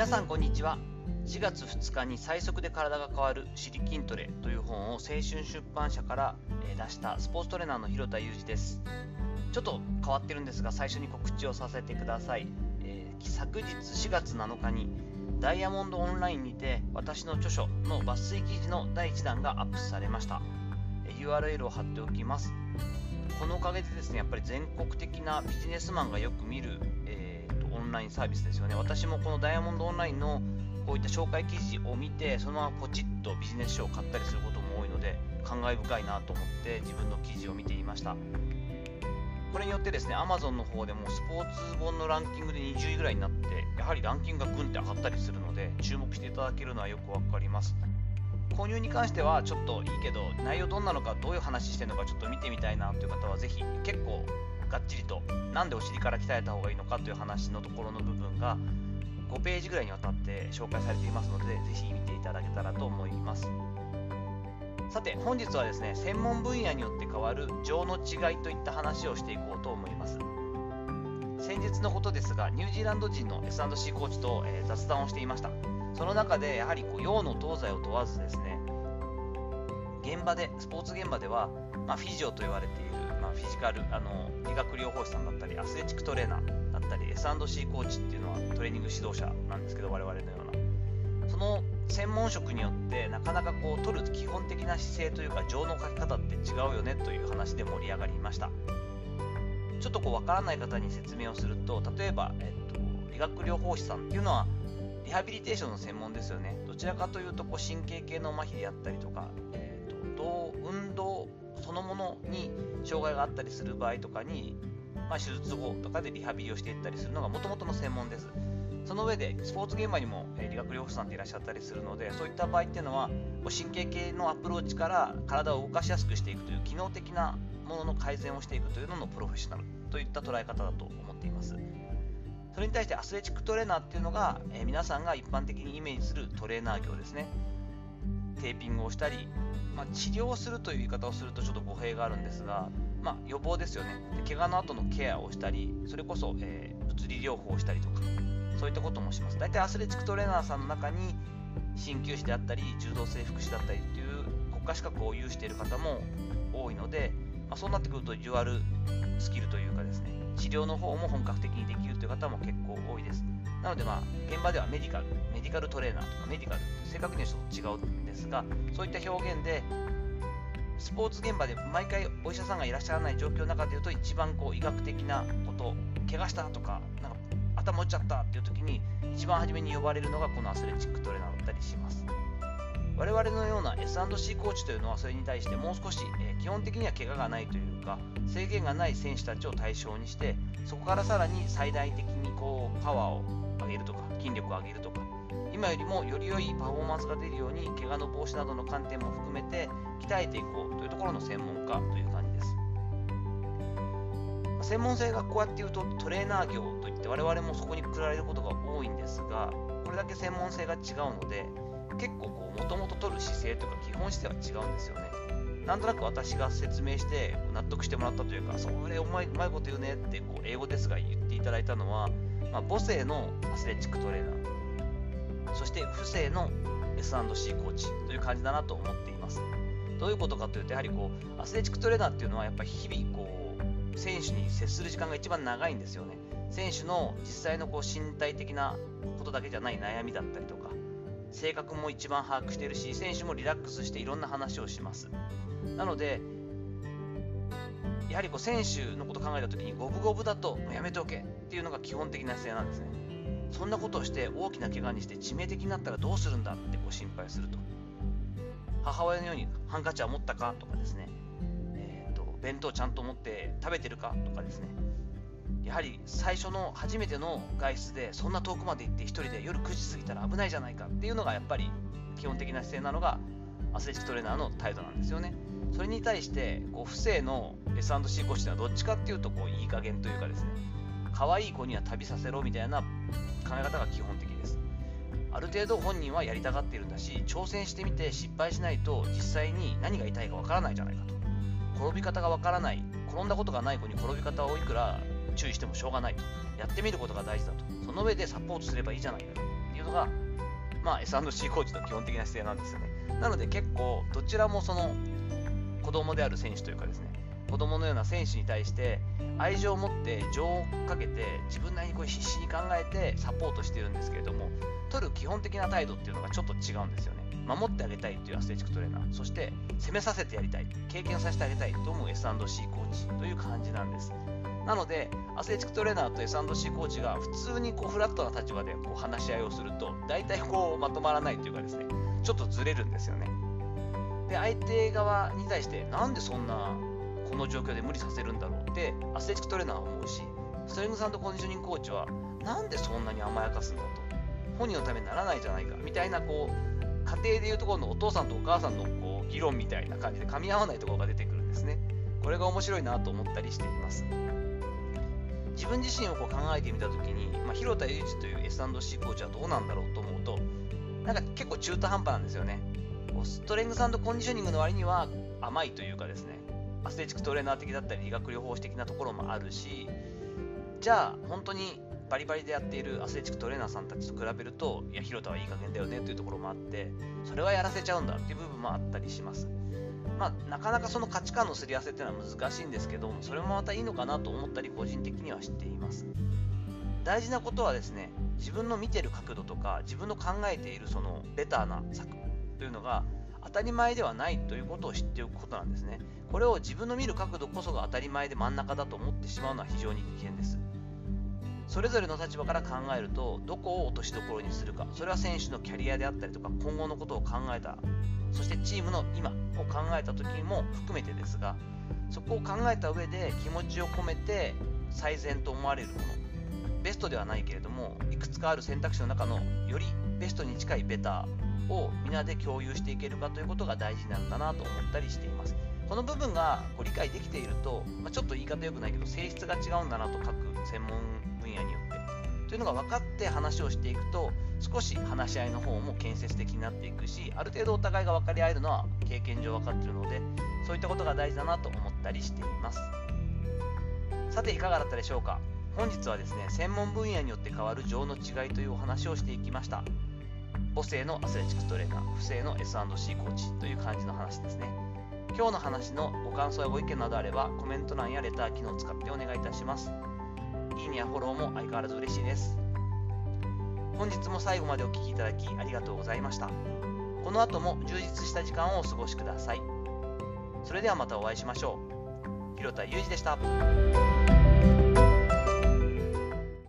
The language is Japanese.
皆さんこんにちは。4月2日に最速で体が変わる尻筋トレという本を青春出版社から出したスポーツトレーナーの広田裕二です。ちょっと変わってるんですが、最初に告知をさせてください。昨日4月7日にダイヤモンドオンラインにて私の著書の抜粋記事の第1弾がアップされました。URL を貼っておきます。このおかげでですね、やっぱり全国的なビジネスマンがよく見る、オンラインサービスですよね。私もこのダイヤモンドオンラインのこういった紹介記事を見て、そのままポチッとビジネス書を買ったりすることも多いので、感慨深いなと思って自分の記事を見ていました。これによってですね、Amazon の方でもスポーツ本のランキングで20位ぐらいになって、やはりランキングがグンって上がったりするので、注目していただけるのはよくわかります。購入に関してはちょっといいけど、内容どんなのか、どういう話してるのかちょっと見てみたいなという方はぜひ、結構がっちりとなんでお尻から鍛えた方がいいのかという話のところの部分が5ページぐらいにわたって紹介されていますので、ぜひ見ていただけたらと思います。さて本日はですね、専門分野によって変わる情の違いといった話をしていこうと思います。先日のことですが、ニュージーランド人の S&C コーチと、雑談をしていました。その中でやはり洋の東西を問わずですね、現場でスポーツ現場では、フィジオと言われている、フィジカル理学療法士さんだったり、アスレチックトレーナーだったり、 S&C コーチっていうのはトレーニング指導者なんですけど、我々のようなその専門職によってなかなか取る基本的な姿勢というか情の書き方って違うよねという話で盛り上がりました。ちょっとわからない方に説明をすると、例えば、理学療法士さんっていうのはリハビリテーションの専門ですよね。どちらかというと神経系の麻痺であったりとか、運動そのものに障害があったりする場合とかに、手術後とかでリハビリをしていったりするのが元々の専門です。その上でスポーツ現場にも理学療法士さんっていらっしゃったりするので、そういった場合っていうのは神経系のアプローチから体を動かしやすくしていくという機能的なものの改善をしていくというののプロフェッショナルといった捉え方だと思っています。それに対してアスレチックトレーナーっていうのが、皆さんが一般的にイメージするトレーナー業ですね。テーピングをしたり、治療するという言い方をするとちょっと語弊があるんですが、予防ですよね。怪我の後のケアをしたり、それこそ、物理療法をしたりとか、そういったこともします。大体アスレチックトレーナーさんの中に鍼灸師であったり柔道整復師だったりという国家資格を有している方も多いので、そうなってくるとデュアルスキルというかですね、治療の方も本格的にできるという方も結構多いです。なので現場ではメディカルトレーナーとかメディカルって正確にはちょっと違うんですが、そういった表現でスポーツ現場で毎回お医者さんがいらっしゃらない状況の中でいうと、一番医学的なこと、怪我したとか、頭打っちゃったっていう時に一番初めに呼ばれるのがこのアスレチックトレーナーだったりします。我々のような S&C コーチというのはそれに対してもう少し、基本的には怪我がないというか制限がない選手たちを対象にして、そこからさらに最大的にパワーを上げるとか筋力を上げるとか、今よりもより良いパフォーマンスが出るように怪我の防止などの観点も含めて鍛えていこうというところの専門家という感じです。専門性がこうやって言うとトレーナー業といって我々もそこにくられることが多いんですが、これだけ専門性が違うので結構もともと取る姿勢というか基本姿勢は違うんですよね。なんとなく私が説明して納得してもらったというか、それうまいこと言うねって英語ですが言っていただいたのは、母性のアスレチックトレーナー、そして父性の S&C コーチという感じだなと思っています。どういうことかというと、やはりアスレチックトレーナーっていうのはやっぱり日々選手に接する時間が一番長いんですよね。選手の実際の身体的なことだけじゃない悩みだったりとか、性格も一番把握しているし、選手もリラックスしていろんな話をします。なのでやはり選手のことを考えたときに、五分五分だとやめておけっていうのが基本的な姿勢なんですね。そんなことをして大きな怪我にして致命的になったらどうするんだって心配すると、母親のようにハンカチは持ったかとかですね、弁当ちゃんと持って食べてるかとかですね、やはり最初の初めての外出でそんな遠くまで行って一人で夜9時過ぎたら危ないじゃないかっていうのがやっぱり基本的な姿勢なのがアスレチックトレーナーの態度なんですよね。それに対して父性の S&C コーチはどっちかっていうといい加減というかですね、可愛い子には旅させろみたいな考え方が基本的です。ある程度本人はやりたがっているんだし、挑戦してみて失敗しないと実際に何が痛いかわからないじゃないかと、転び方がわからない、転んだことがない子に転び方をいくら注意してもしょうがないと、やってみることが大事だと、その上でサポートすればいいじゃないかといういうのが、S&C コーチの基本的な姿勢なんですよね。なので結構どちらもその子供である選手というかですね、子供のような選手に対して愛情を持って情をかけて自分なりに必死に考えてサポートしてるんですけれども、取る基本的な態度っていうのがちょっと違うんですよね。守ってあげたいというアスレチックトレーナー、そして攻めさせてやりたい、経験させてあげたいと思う S&C コーチという感じなんです。なのでアスレチックトレーナーと S&C コーチが普通にフラットな立場で話し合いをすると大体まとまらないというかですね、ちょっとずれるんですよね。で、相手側に対してなんでそんなこの状況で無理させるんだろうってアスレチックトレーナーは思うし、ストレングス&コンディショニングコーチはなんでそんなに甘やかすんだと、本人のためにならないじゃないかみたいな家庭でいうところのお父さんとお母さんの議論みたいな感じで噛み合わないところが出てくるんですね。これが面白いなと思ったりしています。自分自身を考えてみたときに、広田裕二という S&C コーチはどうなんだろうと思うと、なんか結構中途半端なんですよね。ストレングス&コンディショニングの割には甘いというかですね、アスレチックトレーナー的だったり理学療法士的なところもあるし、じゃあ本当にバリバリでやっているアスレチックトレーナーさんたちと比べると、いや広田はいい加減だよねというところもあって、それはやらせちゃうんだっていう部分もあったりします。なかなかその価値観のすり合わせっていうのは難しいんですけど、それもまたいいのかなと思ったり個人的にはしています。大事なことはですね、自分の見てる角度とか自分の考えているそのベターな策というのが当たり前ではないということを知っておくことなんですね。これを自分の見る角度こそが当たり前で真ん中だと思ってしまうのは非常に危険です。それぞれの立場から考えると、どこを落としどころにするか、それは選手のキャリアであったりとか今後のことを考えた、そしてチームの今を考えた時も含めてですが、そこを考えた上で気持ちを込めて最善と思われるもの、ベストではないけれどもいくつかある選択肢の中のよりベストに近いベターを皆で共有していけるかということが大事なんだなと思ったりしています。この部分が理解できていると、ちょっと言い方良くないけど性質が違うんだなと、各専門分野によってというのが分かって話をしていくと、少し話し合いの方も建設的になっていくし、ある程度お互いが分かり合えるのは経験上分かっているので、そういったことが大事だなと思ったりしています。さていかがだったでしょうか。本日はですね、専門分野によって変わる情の違いというお話をしていきました。母性のアスレチックトレーナー、父性の S&C コーチという感じの話ですね。今日の話のご感想やご意見などあればコメント欄やレター機能を使ってお願いいたします。いいねやフォローも相変わらず嬉しいです。本日も最後までお聞きいただきありがとうございました。この後も充実した時間をお過ごしください。それではまたお会いしましょう。広田裕二でした。